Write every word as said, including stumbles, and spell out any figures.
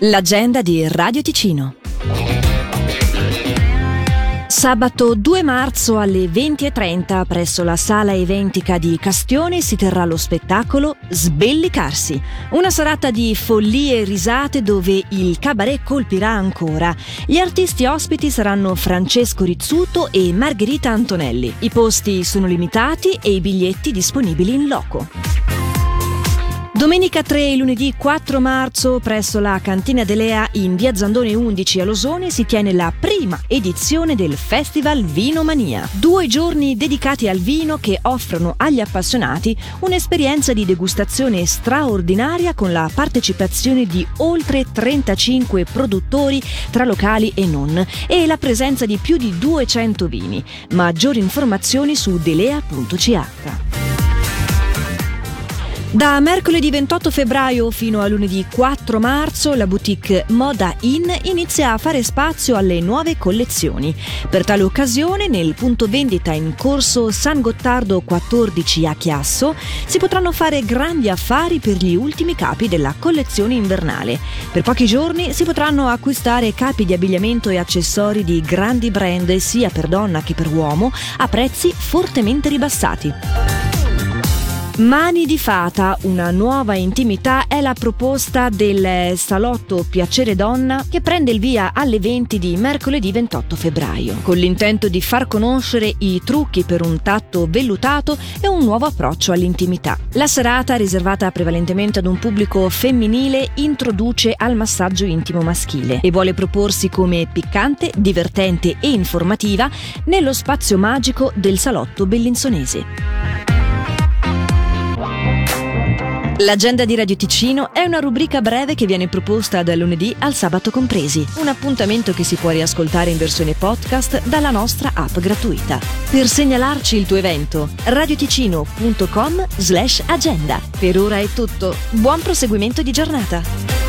L'agenda di Radio Ticino. Sabato due marzo alle venti e trenta presso la sala eventica di Castione si terrà lo spettacolo Sbellicarsi, una serata di follie e risate dove il cabaret colpirà ancora. Gli artisti ospiti saranno Francesco Rizzuto e Margherita Antonelli. I posti sono limitati e i biglietti disponibili in loco. Domenica tre e lunedì quattro marzo presso la Cantina Delea in via Zandone undici a Losone si tiene la prima edizione del Festival Vinomania. Due giorni dedicati al vino che offrono agli appassionati un'esperienza di degustazione straordinaria con la partecipazione di oltre trentacinque produttori tra locali e non e la presenza di più di duecento vini. Maggiori informazioni su delea punto c h. Da mercoledì ventotto febbraio fino a lunedì quattro marzo la boutique Moda In inizia a fare spazio alle nuove collezioni. Per tale occasione nel punto vendita in corso San Gottardo quattordici a Chiasso si potranno fare grandi affari per gli ultimi capi della collezione invernale. Per pochi giorni si potranno acquistare capi di abbigliamento e accessori di grandi brand sia per donna che per uomo a prezzi fortemente ribassati. Mani di Fata, una nuova intimità, è la proposta del salotto Piacere Donna che prende il via alle venti di mercoledì ventotto febbraio, con l'intento di far conoscere i trucchi per un tatto vellutato e un nuovo approccio all'intimità. La serata, riservata prevalentemente ad un pubblico femminile, introduce al massaggio intimo maschile e vuole proporsi come piccante, divertente e informativa nello spazio magico del salotto bellinzonese. L'agenda di Radio Ticino è una rubrica breve che viene proposta dal lunedì al sabato compresi, un appuntamento che si può riascoltare in versione podcast dalla nostra app gratuita. Per segnalarci il tuo evento, radioticino punto com slash agenda. Per ora è tutto, buon proseguimento di giornata!